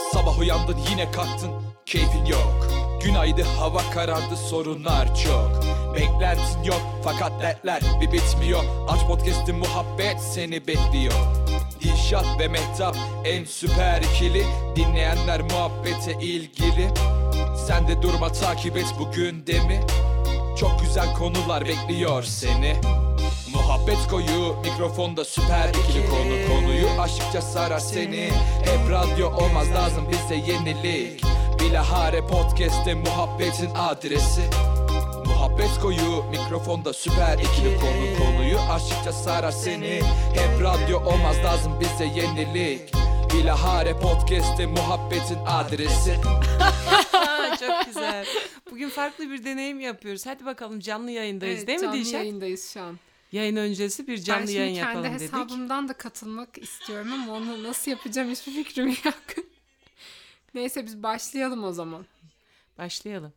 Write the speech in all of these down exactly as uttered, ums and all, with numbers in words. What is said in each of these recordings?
Sabah uyandın yine kalktın, keyfin yok. Günaydın, hava karardı, sorunlar çok. Beklentin yok fakat dertler bir bitmiyor. Aç podcast'in, muhabbet seni bekliyor. Dilşat ve Mehtap en süper ikili. Dinleyenler muhabbete ilgili. Sen de durma, takip et bu gündemi. Çok güzel konular bekliyor seni. Muhabbet koyu, mikrofonda süper ikili konu. Konuyu aşıkça sarar seni. Hep radyo olmaz, lazım bize yenilik. Bilahare podcast'te muhabbetin adresi. Muhabbet koyu, mikrofonda süper ikili konu. Konuyu aşıkça sarar seni. Hep radyo olmaz, lazım bize yenilik. Bilahare podcast'te muhabbetin adresi. Çok güzel. Bugün farklı bir deneyim yapıyoruz. Hadi bakalım, canlı yayındayız, evet, değil mi Dilşat? Canlı yayındayız şu an. Yayın öncesi bir canlı yayın yapalım dedik. Ben şimdi kendi hesabımdan da katılmak istiyorum ama onu nasıl yapacağım hiçbir fikrim yok. Neyse, biz başlayalım o zaman. Başlayalım.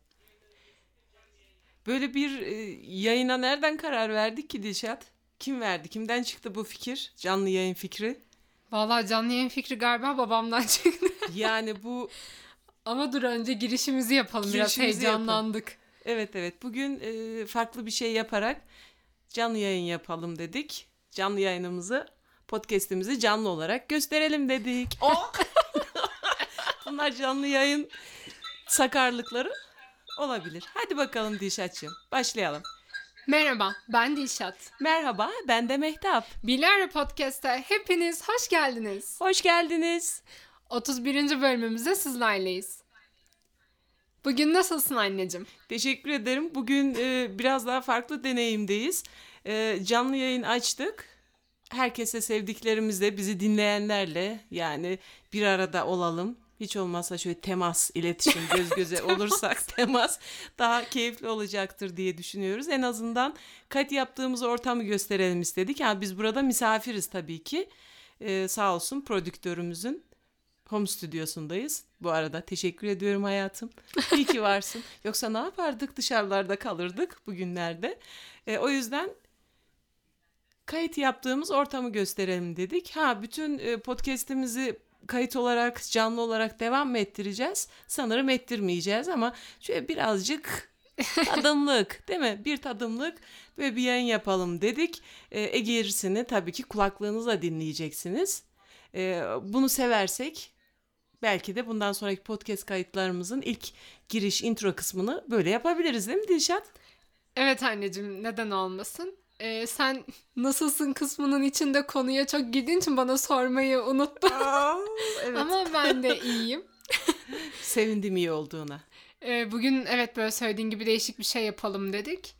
Böyle bir e, yayına nereden karar verdik ki Dilşat? Kim verdi? Kimden çıktı bu fikir? Canlı yayın fikri? Vallahi canlı yayın fikri galiba babamdan çıktı. Yani bu... Ama dur, önce girişimizi yapalım. Girişimizi Biraz heyecanlandık. Yapalım. Evet evet. Bugün e, farklı bir şey yaparak canlı yayın yapalım dedik. Canlı yayınımızı, podcast'imizi canlı olarak gösterelim dedik. Oh! Bunlar canlı yayın sakarlıkları olabilir. Hadi bakalım Dilşat'cığım, başlayalım. Merhaba, ben Dilşat. Merhaba, ben de Mehtap. Bilahare Podcast'a hepiniz hoş geldiniz. Hoş geldiniz. otuz birinci bölümümüzde sizlerleyiz. Bugün nasılsın anneciğim? Teşekkür ederim. Bugün e, biraz daha farklı deneyimdeyiz. E, canlı yayın açtık. Herkese, sevdiklerimizle, bizi dinleyenlerle yani bir arada olalım. Hiç olmazsa şöyle temas, iletişim, göz göze olursak temas daha keyifli olacaktır diye düşünüyoruz. En azından kayıt yaptığımız ortamı gösterelim istedik. Yani biz burada misafiriz tabii ki. Ee, sağ olsun prodüktörümüzün home stüdyosundayız. Bu arada teşekkür ediyorum hayatım. İyi ki varsın. Yoksa ne yapardık? Dışarılarda kalırdık bugünlerde. Ee, o yüzden kayıt yaptığımız ortamı gösterelim dedik. Ha, bütün podcast'imizi kayıt olarak, canlı olarak devam mı ettireceğiz? Sanırım ettirmeyeceğiz ama şöyle birazcık tadımlık, değil mi? Bir tadımlık böyle bir yayın yapalım dedik. Ee, e gerisini tabii ki kulaklığınızla dinleyeceksiniz. Ee, bunu seversek belki de bundan sonraki podcast kayıtlarımızın ilk giriş, intro kısmını böyle yapabiliriz, değil mi Dilşat? Evet anneciğim, neden olmasın? Ee, sen nasılsın kısmının içinde konuya çok girdiğin için bana sormayı unuttun. Aa, evet. Ama ben de iyiyim. Sevindim iyi olduğuna. Ee, bugün evet, böyle söylediğin gibi değişik bir şey yapalım dedik.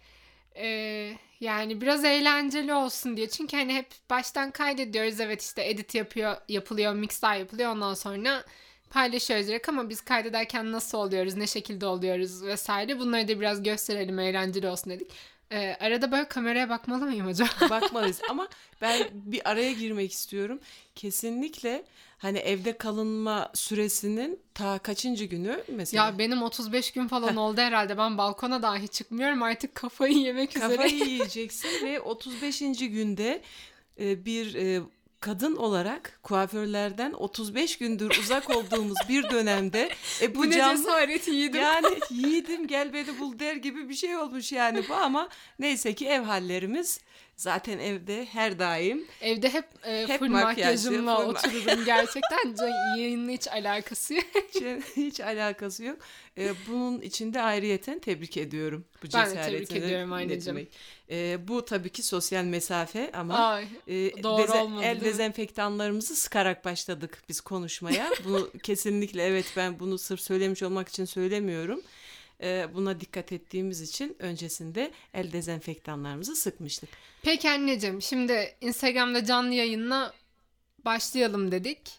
Ee, yani biraz eğlenceli olsun diye. Çünkü hani hep baştan kaydediyoruz. Evet, işte edit yapıyor, yapılıyor, mixler yapılıyor. Ondan sonra paylaşıyoruz direkt, ama biz kaydederken nasıl oluyoruz, ne şekilde oluyoruz vesaire. Bunları da biraz gösterelim, eğlenceli olsun dedik. Ee, arada böyle kameraya bakmalı mıyım acaba? Bakmalıyız ama ben bir araya girmek istiyorum. Kesinlikle hani evde kalınma süresinin ta kaçıncı günü mesela? Ya benim otuz beş gün falan oldu herhalde. Ben balkona dahi çıkmıyorum. Artık kafayı yemek üzere. Kafayı yiyeceksin ve otuz beşinci günde e, bir e, kadın olarak kuaförlerden otuz beş gündür uzak olduğumuz bir dönemde e, bu, bu ne canlı, cesaret yiğidim. Yani yiğidim gel beni bul der gibi bir şey olmuş yani bu, ama neyse ki ev hallerimiz. Zaten evde her daim. Evde hep, e, hep full makyajlı, makyajımla full otururum gerçekten. Yayınla hiç alakası yok. Hiç, hiç alakası yok. Ee, bunun için de ayrıyeten tebrik ediyorum. Bu ben de cesaretini. tebrik ediyorum anneciğim. Ee, bu tabii ki sosyal mesafe ama Ay, e, doğru deze- olmadı, el değil mi? dezenfektanlarımızı sıkarak başladık biz konuşmaya. Bunu kesinlikle, evet, ben bunu sırf söylemiş olmak için söylemiyorum. Ee, buna dikkat ettiğimiz için öncesinde el dezenfektanlarımızı sıkmıştık. Peki anneciğim, şimdi Instagram'da canlı yayınla başlayalım dedik.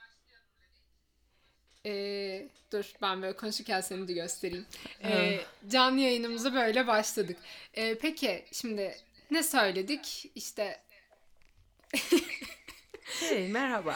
Ee, dur ben böyle konuşurken seni de göstereyim. Ee, canlı yayınımıza böyle başladık. Ee, peki şimdi ne söyledik? İşte Hey, merhaba.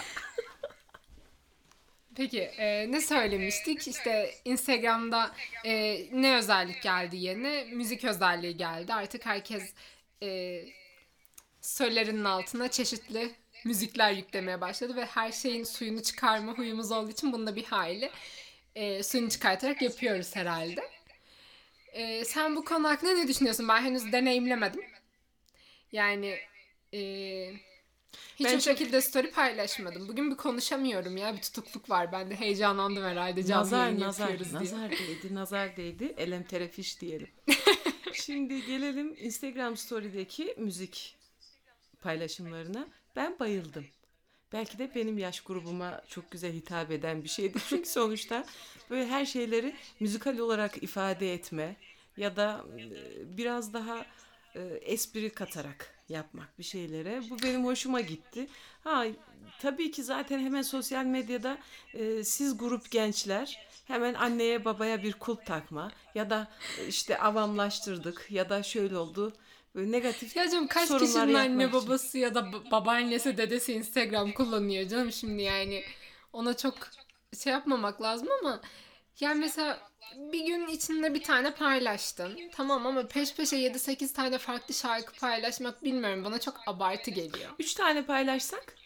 Peki e, ne söylemiştik? İşte Instagram'da e, ne özellik geldi yeni? Müzik özelliği geldi. Artık herkes e, storylerinin altına çeşitli müzikler yüklemeye başladı ve her şeyin suyunu çıkarma huyumuz olduğu için bunu da bir hayli e, suyunu çıkartarak yapıyoruz herhalde. E, sen bu konu hakkında ne düşünüyorsun? Ben henüz deneyimlemedim. Yani e, hiç Ben o çok- şekilde story paylaşmadım. Bugün bir konuşamıyorum ya. Bir tutukluk var bende. Heyecanlandım herhalde. Canlı Nazar yayın nazar yapıyoruz diye. nazar değdi nazar değdi elem terefiş diyelim. Şimdi gelelim Instagram Story'deki müzik paylaşımlarına. Ben bayıldım. Belki de benim yaş grubuma çok güzel hitap eden bir şeydi. Çünkü sonuçta böyle her şeyleri müzikal olarak ifade etme ya da e, biraz daha e, espri katarak yapmak bir şeylere. Bu benim hoşuma gitti. Ha tabii ki zaten hemen sosyal medyada e, siz grup gençler hemen anneye babaya bir kulp takma ya da e, işte avamlaştırdık ya da şöyle oldu. Böyle negatif Ya canım kaç sorunlar kişinin anne yapmak için. babası ya da ba- babaannesi dedesi Instagram kullanıyor canım şimdi yani ona çok şey yapmamak lazım ama yani mesela bir gün içinde bir tane paylaştın tamam ama peş peşe yedi sekiz tane farklı şarkı paylaşmak bilmiyorum bana çok abartı geliyor. Üç tane paylaşsak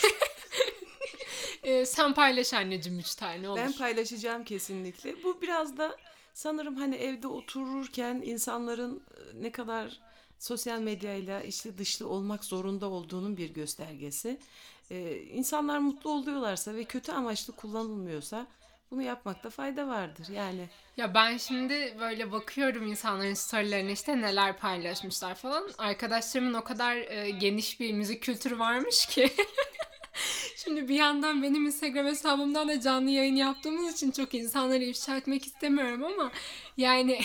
Ee, sen paylaş anneciğim üç tane olur. ben paylaşacağım kesinlikle. Bu biraz da sanırım hani evde otururken insanların e, ne kadar sosyal medyayla içli dışlı olmak zorunda olduğunun bir göstergesi. Ee, insanlar mutlu oluyorlarsa ve kötü amaçlı kullanılmıyorsa bunu yapmakta fayda vardır. Yani Ya ben şimdi böyle bakıyorum insanların storylerine işte neler paylaşmışlar falan. Arkadaşlarımın o kadar e, geniş bir müzik kültürü varmış ki. Şimdi bir yandan benim Instagram hesabımdan da canlı yayın yaptığımız için çok insanları ifşa etmek istemiyorum ama yani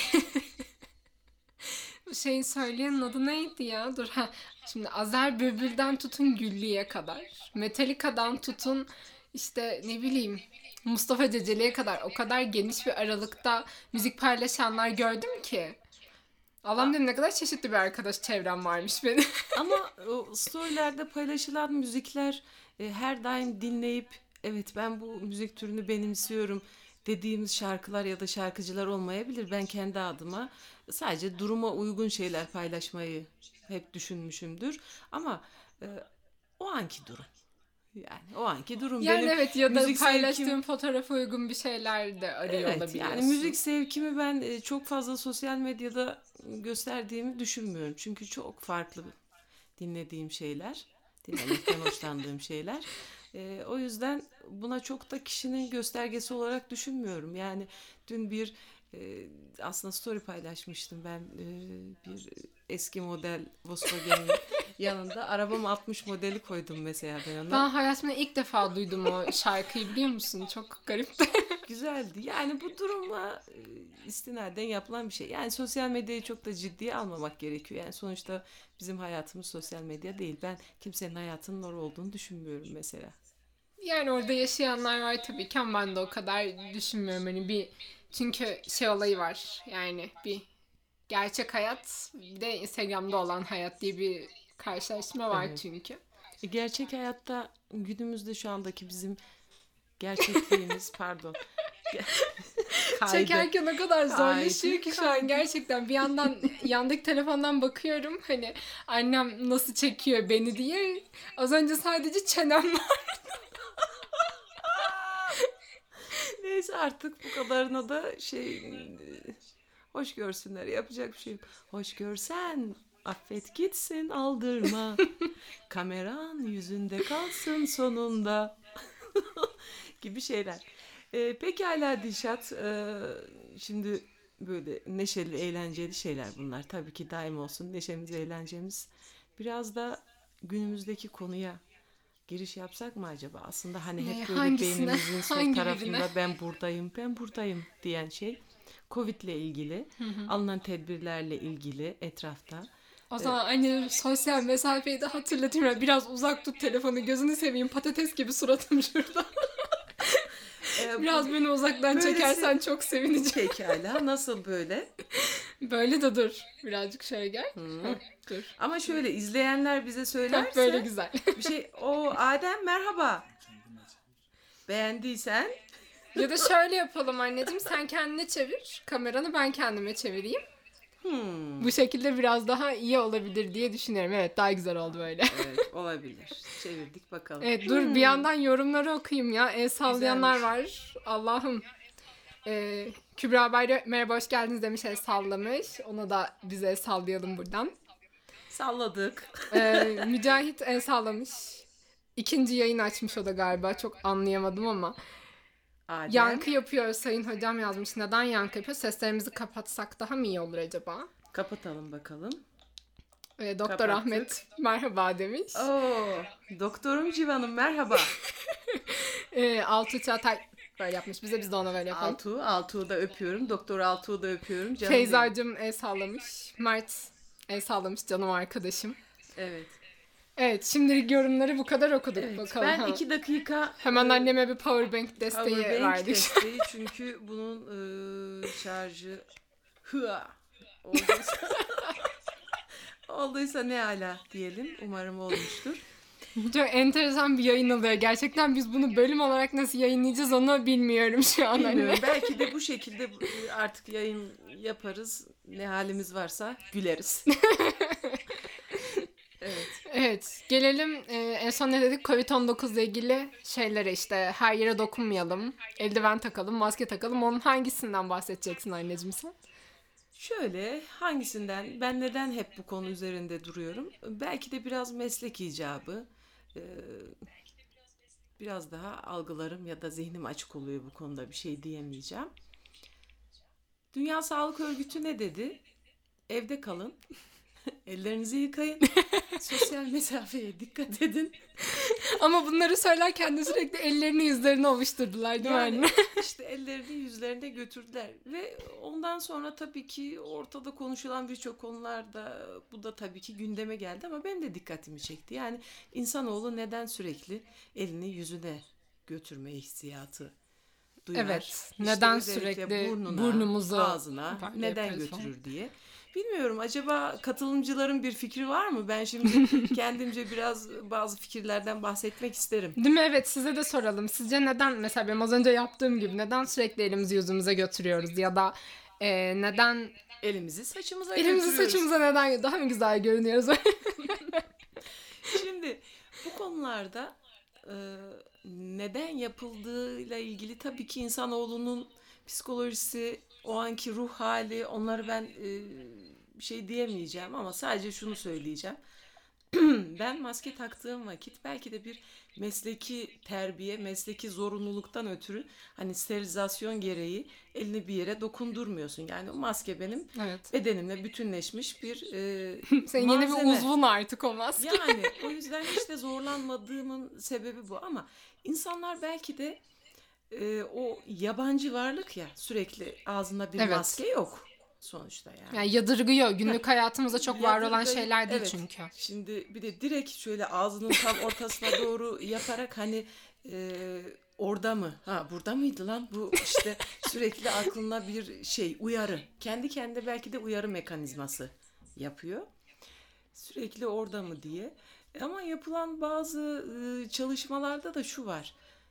bu şeyin söyleyenin adı neydi ya? Dur ha. Şimdi Azer Bülbül'den tutun Güllü'ye kadar. Metallica'dan tutun işte ne bileyim Mustafa Ceceli'ye kadar o kadar geniş bir aralıkta müzik paylaşanlar gördüm ki. Allah'ım dedim ne kadar çeşitli bir arkadaş çevrem varmış benim. ama o storylerde paylaşılan müzikler e, her daim dinleyip evet ben bu müzik türünü benimsiyorum dediğimiz şarkılar ya da şarkıcılar olmayabilir. Ben kendi adıma sadece duruma uygun şeyler paylaşmayı hep düşünmüşümdür. Ama e, o anki durum. Yani o anki durum Yani benim evet ya da müzik paylaştığım zevkim- fotoğrafa uygun bir şeyler de arıyor Evet, olabiliyorsun. yani müzik sevkimi ben e, çok fazla sosyal medyada gösterdiğimi düşünmüyorum. Çünkü çok farklı dinlediğim şeyler, dinlemekten hoşlandığım şeyler. E, o yüzden buna çok da kişinin göstergesi olarak düşünmüyorum. Yani dün bir e, aslında story paylaşmıştım ben e, bir eski model Volkswagen'in yanında arabam altmış modeli koydum mesela ben ona. Ben hayatımda ilk defa duydum o şarkıyı biliyor musun? Çok garipti. Güzeldi. Yani bu durumla e, istinaden yapılan bir şey. Yani sosyal medyayı çok da ciddiye almamak gerekiyor. Yani sonuçta bizim hayatımız sosyal medya değil. Ben kimsenin hayatının orada olduğunu düşünmüyorum mesela. Yani orada yaşayanlar var tabii ki ama ben de o kadar düşünmüyorum. Hani bir çünkü şey olayı var. Yani bir gerçek hayat bir de Instagram'da olan hayat diye bir karşılaştırma var Evet. çünkü. E, gerçek hayatta günümüzde şu andaki bizim gerçekliğimiz pardon. Kaydı. Çekerken o kadar zorlaşıyor Kaydı, ki şu kaydı. an gerçekten bir yandan yandaki telefondan bakıyorum hani annem nasıl çekiyor beni diye az önce sadece çenem var. Neyse artık bu kadarına da şey e, hoş görsünler. Yapacak bir şey yok. Hoş görsen affet gitsin aldırma. Kameran yüzünde kalsın sonunda. Gibi şeyler. Ee, pekala Dilşat. e, şimdi böyle neşeli, eğlenceli şeyler bunlar. Tabii ki daim olsun. Neşemiz, eğlencemiz. Biraz da günümüzdeki konuya giriş yapsak mı acaba? Aslında hani Ne, hep böyle hangisine? beynimizin sol Hangi tarafında birine? ben buradayım, ben buradayım diyen şey. Covid'le ilgili, alınan tedbirlerle ilgili etrafta. O zaman annem sosyal mesafeyi de hatırlatayım. Biraz uzak tut telefonu gözünü seveyim patates gibi suratım şurada. Ee, Biraz beni uzaktan Böylesi- çekersen çok sevineceğim. Pekala. Nasıl böyle? Böyle de dur. Birazcık şöyle gel. Heh, dur. Ama şöyle izleyenler bize Heh, söylerse böyle güzel. bir şey. O Adem merhaba. Beğendiysen Ya da şöyle yapalım anneciğim sen kendine çevir kameranı ben kendime çevireyim. Hmm. Bu şekilde biraz daha iyi olabilir diye düşünüyorum. Evet, daha güzel oldu böyle. Evet, olabilir. Çevirdik bakalım. Evet, dur Hmm. bir yandan yorumları okuyayım ya. El sallayanlar Güzelmiş. var. Allah'ım. Ee, Kübra Bayra merhaba hoş geldiniz demiş, el sallamış. Ona da bize el sallayalım buradan. Salladık. Ee, Mücahit el sallamış. İkinci yayın açmış o da galiba. Çok anlayamadım ama. Adem. Yankı yapıyor sayın hocam yazmış. Neden yankı yapıyor? Seslerimizi kapatsak daha mı iyi olur acaba? Kapatalım bakalım. Ee, Doktor Kapattık. Ahmet merhaba demiş. Oo, doktorum Civan'ım merhaba. Ee, Altuğ Çağatay böyle yapmış bize, biz de ona böyle yapalım. Altuğ, Altuğ'u da öpüyorum. Doktor Altuğ'u da öpüyorum. Canım Feyza'cığım el sallamış. Mert el sallamış, canım arkadaşım. benim. Evet. Evet, şimdilik yorumları bu kadar okuduk Evet, bakalım. ben Ha. iki dakika Hemen e, anneme bir powerbank desteği powerbank verdik. desteği çünkü bunun e, şarjı hıa olduysa, olduysa ne ala diyelim. Umarım olmuştur. Çok enteresan bir yayın oluyor. Gerçekten biz bunu bölüm olarak nasıl yayınlayacağız onu bilmiyorum şu an. Bilmiyorum. Anne. Belki de bu şekilde artık yayın yaparız. Ne halimiz varsa güleriz. Evet. Evet, gelelim e, en son ne dedik? covid on dokuz ile ilgili şeylere, işte her yere dokunmayalım, eldiven takalım, maske takalım. Onun hangisinden bahsedeceksin anneciğim sen? Şöyle, hangisinden, ben neden hep bu konu üzerinde duruyorum? Belki de biraz meslek icabı, e, biraz daha algılarım ya da zihnim açık oluyor bu konuda, bir şey diyemeyeceğim. Dünya Sağlık Örgütü ne dedi? Evde kalın, ellerinizi yıkayın, sosyal mesafeye dikkat edin. Ama bunları söylerken de sürekli ellerini yüzlerini ovuşturdular değil mi Yani anne? işte ellerini yüzlerine götürdüler ve ondan sonra tabii ki ortada konuşulan birçok konularda bu da tabii ki gündeme geldi ama benim de dikkatimi çekti. Yani insanoğlu neden sürekli elini yüzüne götürme hissiyatı duyar? Evet, İşte neden özellikle sürekli burnuna, burnumuzu ağzına böyle neden yapıyoruz falan? götürür diye. Bilmiyorum, acaba katılımcıların bir fikri var mı? Ben şimdi kendimce biraz bazı fikirlerden bahsetmek isterim. Değil mi? Evet, size de soralım. Sizce neden, mesela benim az önce yaptığım gibi, neden sürekli elimizi yüzümüze götürüyoruz ya da e, neden Elimizi saçımıza elimizi götürüyoruz. saçımıza neden daha mı güzel görünüyoruz? Şimdi bu konularda e, neden yapıldığıyla ilgili tabii ki insanoğlunun psikolojisi, o anki ruh hali, onları ben e, bir şey diyemeyeceğim ama sadece şunu söyleyeceğim. Ben maske taktığım vakit belki de bir mesleki terbiye, mesleki zorunluluktan ötürü hani sterilizasyon gereği elini bir yere dokundurmuyorsun. Yani o maske benim Evet. bedenimle bütünleşmiş bir e, Senin yeni bir malzeme. uzvun artık o maske. Yani o yüzden hiç de zorlanmadığımın sebebi bu ama insanlar belki de e, o yabancı varlık ya, sürekli ağzında bir Evet. maske yok sonuçta yani. Yani yadırgıyor. Günlük hayatımızda çok var olan Yadırgayıp- şeyler değil evet. çünkü. Şimdi bir de direkt şöyle ağzının tam ortasına doğru yaparak hani e, orada mı? Ha burada mıydı lan? Bu işte sürekli aklına bir şey, uyarı. Kendi kendine belki de uyarı mekanizması yapıyor. Sürekli orada mı diye. Ama yapılan bazı e, çalışmalarda da şu var.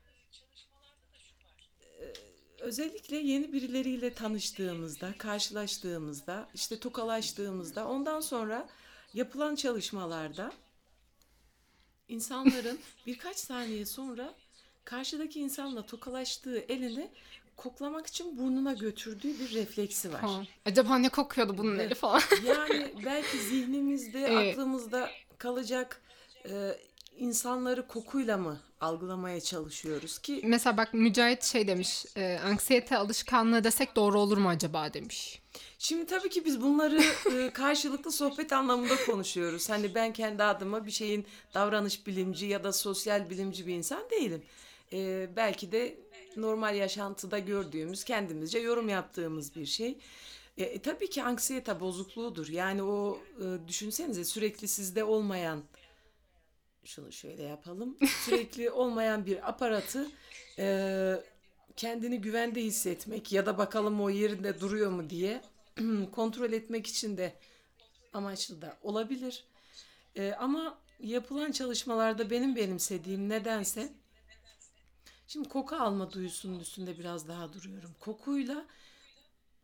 E, Özellikle yeni birileriyle tanıştığımızda, karşılaştığımızda, işte tokalaştığımızda, ondan sonra yapılan çalışmalarda insanların birkaç saniye sonra karşıdaki insanla tokalaştığı elini koklamak için burnuna götürdüğü bir refleksi var. Ha. Acaba ne kokuyordu bunun eli falan. Yani belki zihnimizde, Evet. aklımızda kalacak e, insanları kokuyla mı algılamaya çalışıyoruz ki? Mesela bak Mücahit şey demiş. E, anksiyete alışkanlığı desek doğru olur mu acaba demiş. Şimdi tabii ki biz bunları e, karşılıklı sohbet anlamında konuşuyoruz. Hani ben kendi adıma bir şeyin davranış bilimci ya da sosyal bilimci bir insan değilim. E, belki de normal yaşantıda gördüğümüz, kendimizce yorum yaptığımız bir şey. E, e, tabii ki anksiyete bozukluğudur. Yani o e, düşünsenize sürekli sizde olmayan, şunu şöyle yapalım, sürekli olmayan bir aparatı e, kendini güvende hissetmek ya da bakalım o yerinde duruyor mu diye kontrol etmek için de amaçlı da olabilir. E, ama yapılan çalışmalarda benim benimsediğim nedense, şimdi koku alma duyusunun üstünde biraz daha duruyorum. Kokuyla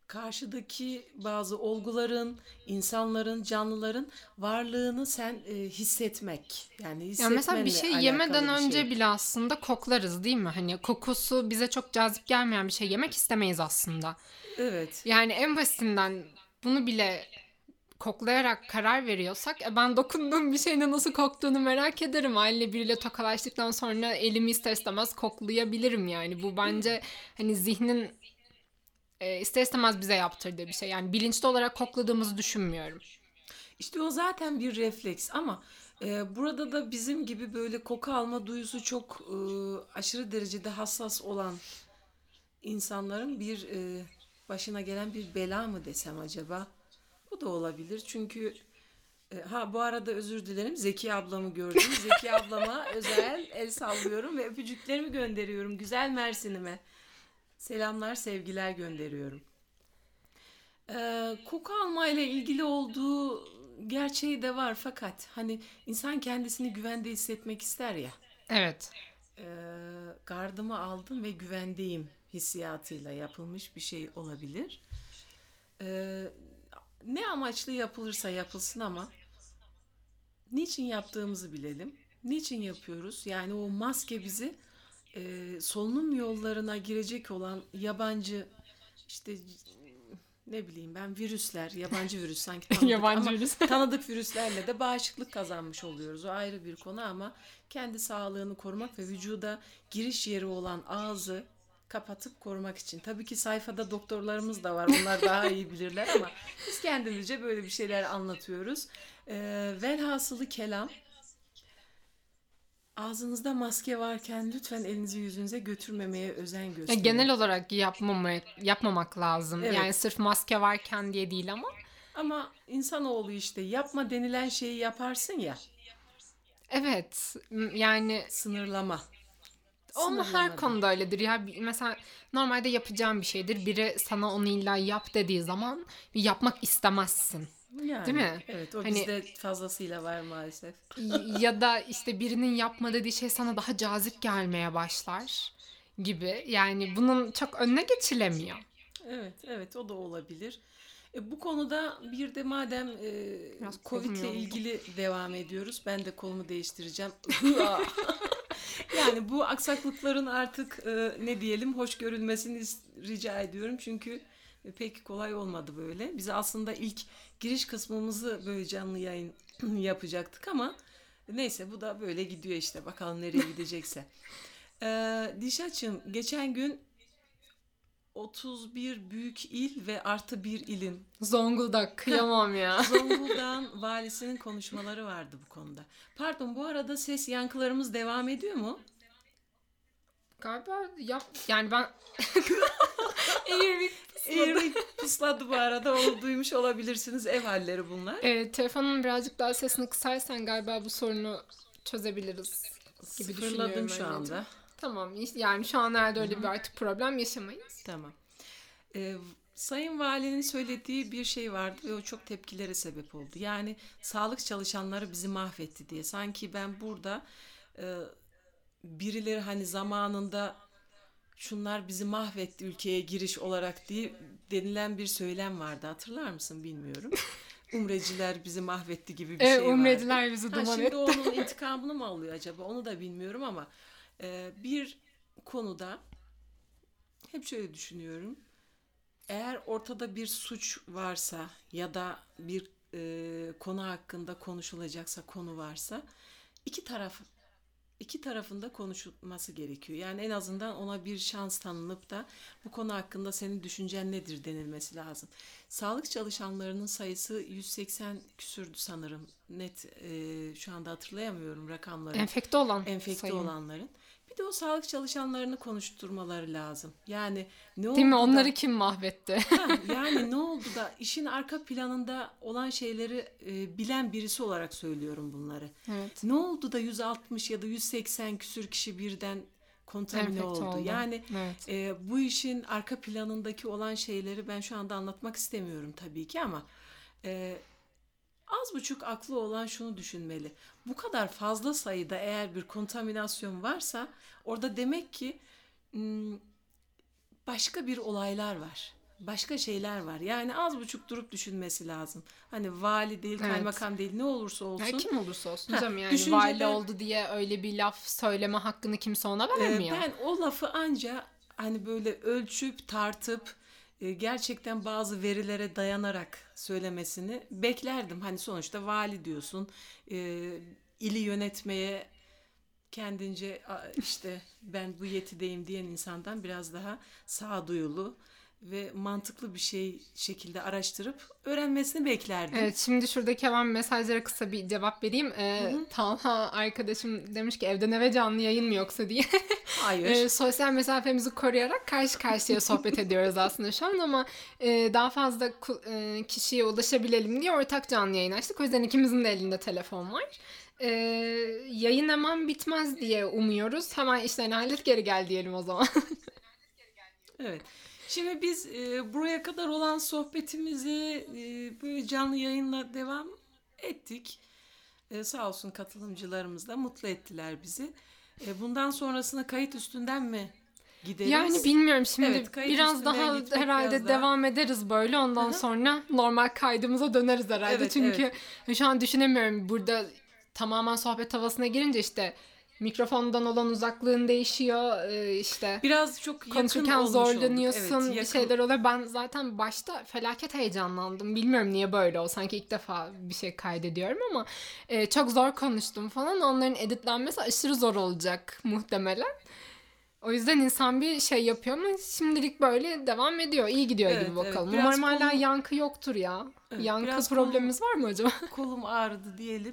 karşıdaki bazı olguların, insanların, canlıların varlığını sen e, hissetmek. Yani Ya hissetmenle mesela bir şey alakalı yemeden bir önce şey. bile aslında koklarız değil mi? Hani kokusu bize çok cazip gelmeyen bir şey yemek istemeyiz aslında. Evet. Yani en basitinden bunu bile koklayarak karar veriyorsak e ben dokunduğum bir şeyin nasıl koktuğunu merak ederim. Aile biriyle tokalaştıktan sonra elimi ister istemez koklayabilirim yani. Bu bence hani zihnin e, ister istemez bize yaptırdığı bir şey. Yani bilinçli olarak kokladığımızı düşünmüyorum. İşte o zaten bir refleks ama e, burada da bizim gibi böyle koku alma duyusu çok e, aşırı derecede hassas olan insanların bir e, başına gelen bir bela mı desem acaba? Bu da olabilir çünkü e, ha bu arada özür dilerim Zeki ablamı gördüm. Zeki ablama özel el sallıyorum ve öpücüklerimi gönderiyorum güzel Mersin'ime. Selamlar, sevgiler gönderiyorum. Ee, koku almayla ilgili olduğu gerçeği de var fakat hani insan kendisini güvende hissetmek ister ya. Evet. Ee, Gardımı aldım ve güvendeyim hissiyatıyla yapılmış bir şey olabilir. Ee, Ne amaçlı yapılırsa yapılsın ama niçin yaptığımızı bilelim. Niçin yapıyoruz? Yani o maske bizi e, solunum yollarına girecek olan yabancı işte ne bileyim ben virüsler, yabancı virüs sanki tanıdık Yabancı ama virüs. tanıdık virüslerle de bağışıklık kazanmış oluyoruz. O ayrı bir konu ama kendi sağlığını korumak ve vücuda giriş yeri olan ağzı kapatıp korumak için. Tabii ki sayfada doktorlarımız da var. Onlar daha iyi bilirler ama biz kendimizce böyle bir şeyler anlatıyoruz. Ee, velhasılı kelam ağzınızda maske varken lütfen elinizi yüzünüze götürmemeye özen Ya gösterin. genel olarak yapmamak, yapmamak lazım. Evet. Yani sırf maske varken diye değil ama. Ama insanoğlu işte yapma denilen şeyi yaparsın ya. Evet. m- Yani Sınırlama. Ama her Sınırlama da. konuda öyledir ya. Bir- Mesela normalde yapacağım bir şeydir. Biri sana onu illa yap dediği zaman bir yapmak istemezsin. Yani, Değil mi? Evet, o Hani- bizde fazlasıyla var maalesef. Y- ya da işte birinin yapma dediği şey sana daha cazip gelmeye başlar gibi. Yani bunun çok önüne geçilemiyor. Evet, evet o da olabilir. E, bu konuda bir de madem e, Biraz kolum Covid'le yoruldu. ilgili devam ediyoruz. Ben de kolumu değiştireceğim. Yani bu aksaklıkların artık e, ne diyelim hoş görülmesini is- rica ediyorum. Çünkü pek kolay olmadı böyle. Biz aslında ilk giriş kısmımızı böyle canlı yayın yapacaktık ama neyse bu da böyle gidiyor işte. Bakalım nereye gidecekse. Ee, Dişat'cığım geçen gün otuz bir büyük il ve artı bir ilin Zonguldak kıyamam ya. Zonguldak'ın valisinin konuşmaları vardı bu konuda. Pardon bu arada ses yankılarımız devam ediyor mu? Galiba yap yani ben Airwick Eğri pusladı bu arada onu duymuş olabilirsiniz ev halleri bunlar. e, telefonun birazcık daha sesini kısarsan galiba bu sorunu çözebiliriz gibi Sıfırladım düşünüyorum şu anneciğim. anda. Tamam yani şu an herhalde öyle bir artık problem yaşamayız. Tamam. Ee, Sayın Valinin söylediği bir şey vardı ve o çok tepkilere sebep oldu. Yani sağlık çalışanları bizi mahvetti diye. Sanki ben burada e, birileri hani zamanında şunlar bizi mahvetti ülkeye giriş olarak diye denilen bir söylem vardı. Hatırlar mısın bilmiyorum. Umreciler bizi mahvetti gibi bir E, şey vardı. umrediler bizi Ha, duman şimdi etti. onun intikamını mı alıyor acaba onu da bilmiyorum ama e, bir konuda hep şöyle düşünüyorum. Eğer ortada bir suç varsa ya da bir e, konu hakkında konuşulacaksa konu varsa iki taraf iki tarafın da konuşulması gerekiyor. Yani en azından ona bir şans tanınıp da bu konu hakkında senin düşüncen nedir denilmesi lazım. Sağlık çalışanlarının sayısı yüz seksen küsürdü sanırım. Net e, şu anda hatırlayamıyorum rakamları. Enfekte olan Enfekte sayın. olanların. Bir de o sağlık çalışanlarını konuşturmaları lazım. Yani ne oldu Değil mi? da- Onları kim mahvetti? Ha, yani ne oldu da işin arka planında olan şeyleri e, bilen birisi olarak söylüyorum bunları. Evet. Ne oldu da yüz altmış ya da yüz seksen küsür kişi birden kontamine Enfekte oldu? oldu. Yani Evet. e, bu işin arka planındaki olan şeyleri ben şu anda anlatmak istemiyorum tabii ki ama e, az buçuk aklı olan şunu düşünmeli. Bu kadar fazla sayıda eğer bir kontaminasyon varsa orada demek ki m, başka bir olaylar var. başka şeyler var. Yani az buçuk durup düşünmesi lazım. Hani vali değil, Evet. kaymakam değil, ne olursa olsun. Ya kim olursa olsun Ha, canım, yani düşünceden- vali oldu diye öyle bir laf söyleme hakkını kimse ona Ee, vermiyor. ben o lafı anca hani böyle ölçüp tartıp e, gerçekten bazı verilere dayanarak söylemesini beklerdim. Hani sonuçta vali diyorsun, e, ili yönetmeye kendince a, işte ben bu yetideyim diyen insandan biraz daha sağduyulu ve mantıklı bir şey şekilde araştırıp öğrenmesini beklerdim. Evet, şimdi şuradaki hemen mesajlara kısa bir cevap vereyim. Ee, Talha arkadaşım demiş ki evden eve canlı yayın mı yoksa diye. Hayır. Ee, sosyal mesafemizi koruyarak karşı karşıya sohbet ediyoruz aslında şu an ama e, daha fazla ku- e, kişiye ulaşabilelim diye ortak canlı yayın açtık. O yüzden ikimizin de elinde telefon var. Ee, yayın hemen bitmez diye umuyoruz. Hemen işlerini hallet geri gel diyelim o zaman. Evet. Şimdi biz e, buraya kadar olan sohbetimizi e, böyle canlı yayınla devam ettik. E, sağ olsun katılımcılarımız da mutlu ettiler bizi. E, bundan sonrasına kayıt üstünden mi gideriz? Yani bilmiyorum şimdi Evet, kayıt biraz üstünden daha gitmek herhalde biraz daha- devam ederiz böyle ondan Hı hı. sonra normal kaydımıza döneriz herhalde. Evet, Çünkü şu an düşünemiyorum burada tamamen sohbet havasına girince işte mikrofondan olan uzaklığın değişiyor e, işte Biraz çok yakın konuşurken olmuş zorlanıyorsun olduk. Evet, bir yakın. şeyler oluyor. Ben zaten başta felaket heyecanlandım. Bilmiyorum niye böyle o. Sanki ilk defa bir şey kaydediyorum ama e, çok zor konuştum falan. Onların editlenmesi aşırı zor olacak muhtemelen. O yüzden insan bir şey yapıyor ama şimdilik böyle devam ediyor. İyi gidiyor Evet, gibi bakalım. evet. Biraz Umarım hala konu- yankı yoktur ya. Evet, yankı biraz problemimiz var mı acaba? Kolum ağrıdı diyelim.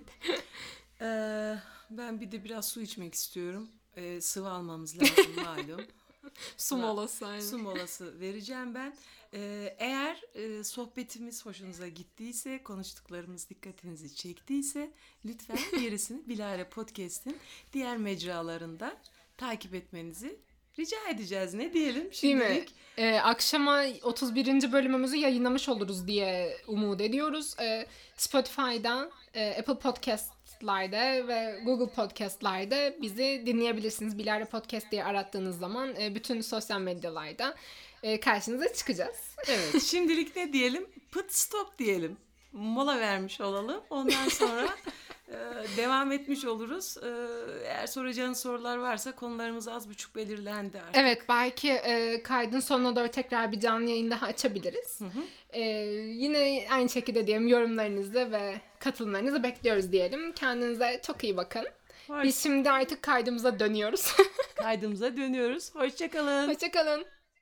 Ee, ben bir de biraz su içmek istiyorum. Ee, sıvı almamız lazım malum. Su molası yani. Su molası vereceğim ben. Ee, eğer e, sohbetimiz hoşunuza gittiyse, konuştuklarımız dikkatinizi çektiyse lütfen gerisini Bilare Podcast'in diğer mecralarında takip etmenizi rica edeceğiz. Ne diyelim Değil şimdilik? mi? Ee, akşama otuz birinci bölümümüzü yayınlamış oluruz diye umut ediyoruz. Ee, Spotify'da, e, Apple Podcast'larda ve Google Podcast'larda bizi dinleyebilirsiniz. Bilare Podcast diye arattığınız zaman e, bütün sosyal medyalarda e, karşınıza çıkacağız. Evet, şimdilik ne diyelim? Pıt stop diyelim. Mola vermiş olalım. Ondan sonra e, devam etmiş oluruz. E, eğer soracağınız sorular varsa konularımız az buçuk belirlendi artık. Evet, belki e, kaydın sonuna doğru tekrar bir canlı yayın daha açabiliriz. E, yine aynı şekilde diyelim yorumlarınızı ve katılımlarınızı bekliyoruz diyelim. Kendinize çok iyi bakın. Hoş- Biz şimdi artık kaydımıza dönüyoruz. Kaydımıza dönüyoruz. Hoşçakalın. Hoşçakalın.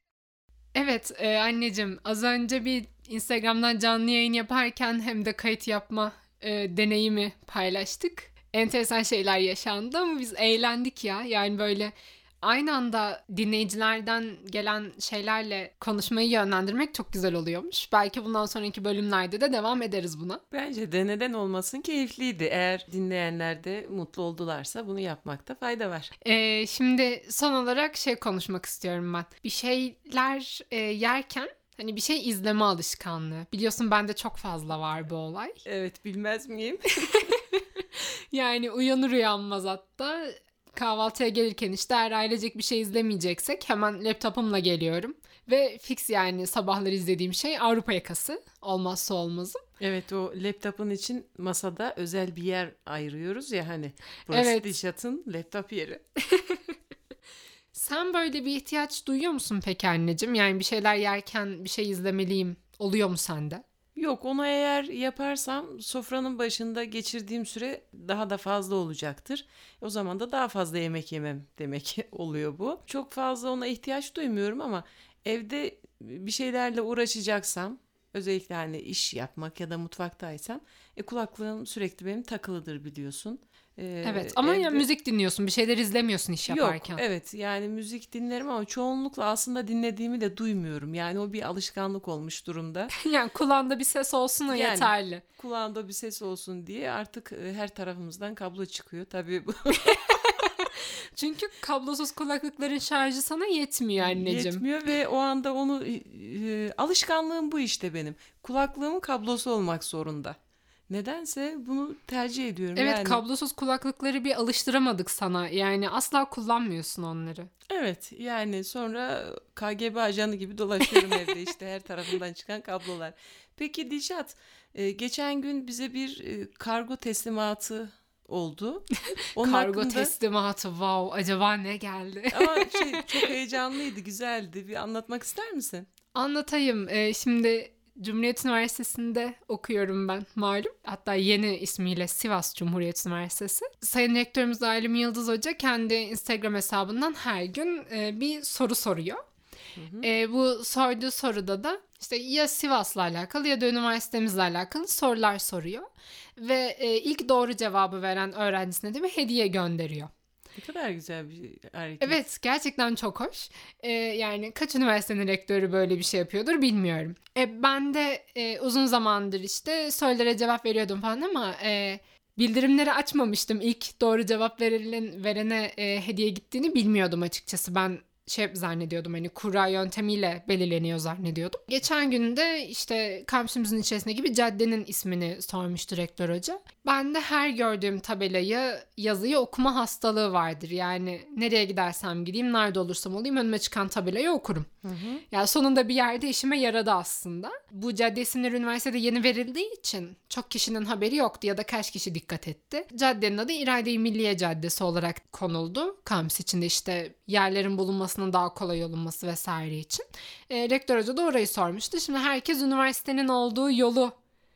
Evet e, anneciğim, az önce bir Instagram'dan canlı yayın yaparken hem de kayıt yapma e, deneyimi paylaştık. Enteresan şeyler yaşandı ama biz eğlendik ya. Yani böyle aynı anda dinleyicilerden gelen şeylerle konuşmayı yönlendirmek çok güzel oluyormuş. Belki bundan sonraki bölümlerde de devam ederiz buna. Bence de neden olmasın, keyifliydi. Eğer dinleyenler de mutlu oldularsa bunu yapmakta fayda var. E, şimdi son olarak şey konuşmak istiyorum ben. Bir şeyler e, yerken hani bir şey izleme alışkanlığı. Biliyorsun bende çok fazla var bu olay. Evet, bilmez miyim? Yani uyanır uyanmaz hatta kahvaltıya gelirken işte eğer ailecek bir şey izlemeyeceksek hemen laptopumla geliyorum. Ve fix yani sabahları izlediğim şey Avrupa Yakası. Olmazsa olmazım. Evet, o laptopun için masada özel bir yer ayırıyoruz ya hani. Burası Evet. Dişat'ın laptop yeri. Sen böyle bir ihtiyaç duyuyor musun peki anneciğim? Yani bir şeyler yerken bir şey izlemeliyim. Oluyor mu sende? Yok, onu eğer yaparsam sofranın başında geçirdiğim süre daha da fazla olacaktır. O zaman da daha fazla yemek yemem demek oluyor bu. Çok fazla ona ihtiyaç duymuyorum ama evde bir şeylerle uğraşacaksam, özellikle hani iş yapmak ya da mutfaktaysam e, kulaklığım sürekli benim takılıdır biliyorsun. Ee, Evet ama ya evde- müzik dinliyorsun, bir şeyler izlemiyorsun iş yaparken. Yok, evet, yani müzik dinlerim ama çoğunlukla aslında dinlediğimi de duymuyorum. Yani o bir alışkanlık olmuş durumda. Yani kulağında bir ses olsun o Yani. yeterli. Kulağında bir ses olsun diye artık e, her tarafımızdan kablo çıkıyor. Tabii bu Çünkü kablosuz kulaklıkların şarjı sana yetmiyor anneciğim. yetmiyor ve o anda onu e, e, alışkanlığım bu işte benim. Kulaklığımın kablosu olmak zorunda. nedense bunu tercih ediyorum. Evet, yani... kablosuz kulaklıkları bir alıştıramadık sana. Yani asla kullanmıyorsun onları. Evet, yani sonra K G B ajanı gibi dolaşıyorum evde işte her tarafından çıkan kablolar. Peki Dilşat, e, geçen gün bize bir e, kargo teslimatı oldu. Onun Kargo hakkında... teslimatı, wow, acaba ne geldi? Ama şey, çok heyecanlıydı, güzeldi. Bir anlatmak ister misin? Anlatayım. Ee, şimdi Cumhuriyet Üniversitesi'nde okuyorum ben, malum. Hatta yeni ismiyle Sivas Cumhuriyet Üniversitesi. Sayın Rektörümüz Aylin Yıldız Hoca kendi Instagram hesabından her gün e, bir soru soruyor. Hı hı. E, bu sorduğu soruda da işte ya Sivas'la alakalı ya da üniversitemizle alakalı sorular soruyor. Ve e, ilk doğru cevabı veren öğrencisine de bir hediye gönderiyor. Ne kadar güzel bir hareket. Evet, gerçekten çok hoş. Ee, yani kaç üniversitenin rektörü böyle bir şey yapıyordur bilmiyorum. E, ben de e, uzun zamandır işte sorulara cevap veriyordum falan ama e, bildirimleri açmamıştım. İlk doğru cevap verilen, verene e, hediye gittiğini bilmiyordum açıkçası. Ben şey zannediyordum, hani kura yöntemiyle belirleniyor zannediyordum. Geçen gün de işte kampüsümüzün içerisinde gibi caddenin ismini sormuştu rektör hoca. Ben de her gördüğüm tabelayı, yazıyı okuma hastalığı vardır. Yani nereye gidersem gideyim, nerede olursam olayım önüme çıkan tabelayı okurum. Hı hı. Yani sonunda bir yerde işime yaradı aslında. Bu cadde isimleri üniversitede yeni verildiği için çok kişinin haberi yoktu ya da kaç kişi dikkat etti. Caddenin adı İrade-i Milliye Caddesi olarak konuldu. Kampüs içinde işte yerlerin bulunmasının daha kolay olunması vesaire için. E, rektör hoca da orayı sormuştu. Şimdi herkes üniversitenin olduğu yolu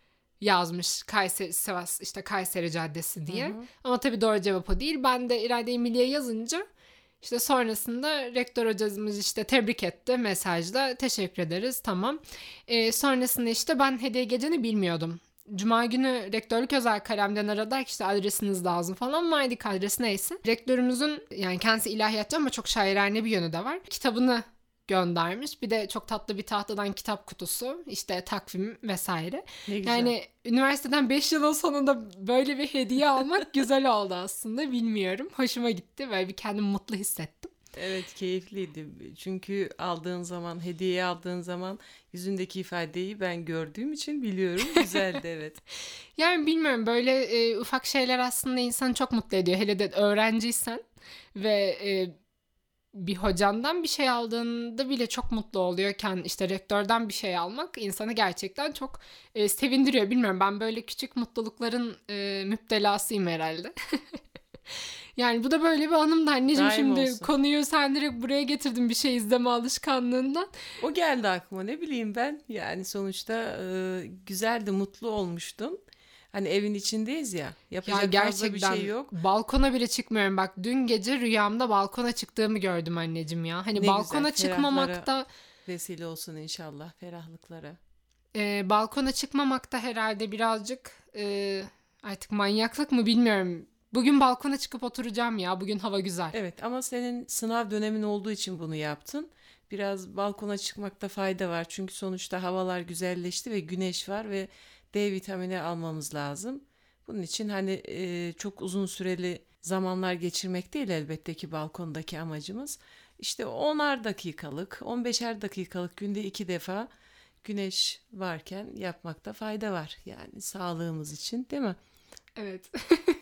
yazmış. Kayseri, Sivas işte Kayseri Caddesi diye. Hı hı. Ama tabii doğru cevap o değil. Ben de İrade-i Milliye yazınca işte sonrasında rektör hocamız işte tebrik etti mesajla. Teşekkür ederiz, tamam. E, sonrasında işte ben hediye geleceğini bilmiyordum. Cuma günü rektörlük özel kalemden aradılar ki işte adresiniz lazım falan. Verdik adresi, neyse. Rektörümüzün, yani kendisi ilahiyatçı ama çok şairane bir yönü de var. Kitabını göndermiş. Bir de çok tatlı bir tahtadan kitap kutusu, işte takvim vesaire. Ne güzel. Yani üniversiteden beş yılın sonunda böyle bir hediye almak güzel oldu aslında, bilmiyorum. Hoşuma gitti, böyle bir kendimi mutlu hissettim. Evet, keyifliydi. Çünkü aldığın zaman, hediye aldığın zaman yüzündeki ifadeyi ben gördüğüm için biliyorum. Güzeldi, evet. Yani bilmiyorum, böyle e, ufak şeyler aslında insanı çok mutlu ediyor. Hele de öğrenciysen ve e, bir hocandan bir şey aldığında bile çok mutlu oluyorken işte rektörden bir şey almak insanı gerçekten çok e, sevindiriyor. Bilmiyorum, ben böyle küçük mutlulukların e, müptelasıyım herhalde. Yani bu da böyle bir anımdı anneciğim. Daim şimdi olsun. Konuyu sen direkt buraya getirdin, bir şey izleme alışkanlığından. O geldi aklıma, ne bileyim ben. Yani sonuçta e, güzeldi, mutlu olmuştum. Hani evin içindeyiz ya, yapacak ya fazla bir şey yok. Balkona bile çıkmıyorum. Bak dün gece rüyamda balkona çıktığımı gördüm anneciğim ya. Hani ne balkona güzel, çıkmamak da vesile olsun inşallah, ferahlıklara. E, balkona çıkmamak da herhalde birazcık e, artık manyaklık mı bilmiyorum. Bugün balkona çıkıp oturacağım ya. Bugün hava güzel. Evet, ama senin sınav dönemin olduğu için bunu yaptın. Biraz balkona çıkmakta fayda var. Çünkü sonuçta havalar güzelleşti ve güneş var ve D vitamini almamız lazım. Bunun için hani e, çok uzun süreli zamanlar geçirmek değil elbette ki balkondaki amacımız. İşte onar dakikalık, on beşer dakikalık günde iki defa güneş varken yapmakta fayda var. Yani sağlığımız için, değil mi? Evet.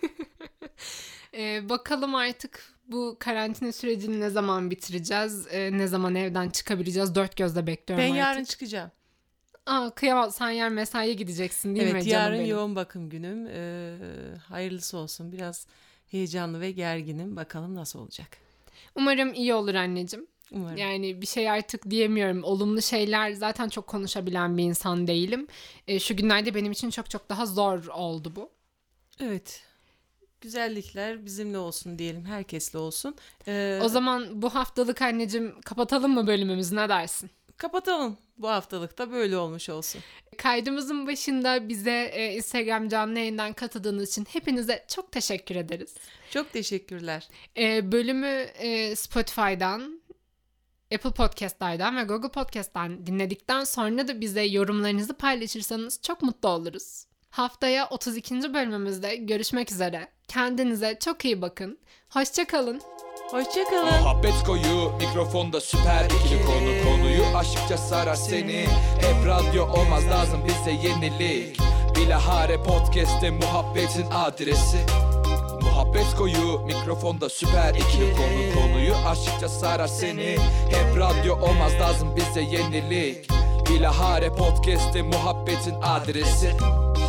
Ee, bakalım artık bu karantina sürecini ne zaman bitireceğiz? Ee, ne zaman evden çıkabileceğiz? Dört gözle bekliyorum ben artık. Ben yarın çıkacağım. Aa, kıyamam, sen yarın mesaiye gideceksin değil evet, mi canım benim? Evet, yarın benim? yoğun bakım günüm. Ee, hayırlısı olsun. Biraz heyecanlı ve gerginim. Bakalım nasıl olacak. Umarım iyi olur anneciğim. Umarım. Yani bir şey artık diyemiyorum. Olumlu şeyler, zaten çok konuşabilen bir insan değilim. Ee, şu günlerde benim için çok çok daha zor oldu bu. Evet. Güzellikler bizimle olsun diyelim. Herkesle olsun. Ee, o zaman bu haftalık anneciğim kapatalım mı bölümümüzü, ne dersin? Kapatalım. Bu haftalıkta böyle olmuş olsun. Kaydımızın başında bize e, Instagram canlı yayından katıldığınız için hepinize çok teşekkür ederiz. Çok teşekkürler. E, bölümü e, Spotify'dan, Apple Podcast'lardan ve Google Podcast'tan dinledikten sonra da bize yorumlarınızı paylaşırsanız çok mutlu oluruz. Haftaya otuz ikinci bölümümüzde görüşmek üzere. Kendinize çok iyi bakın. Hoşça kalın. Hoşça kalın. Muhabbet koyu, mikrofonda süper ikili konu. Konuyu aşıkça sarar seni. Hep radyo olmaz, lazım bize yenilik. Bilahare Podcast'te muhabbetin adresi. Muhabbet koyu mikrofonda süper ikili, konu konuyu aşıkça sarar seni. Hep radyo olmaz, lazım bize yenilik. Bilahare Podcast'te muhabbetin adresi.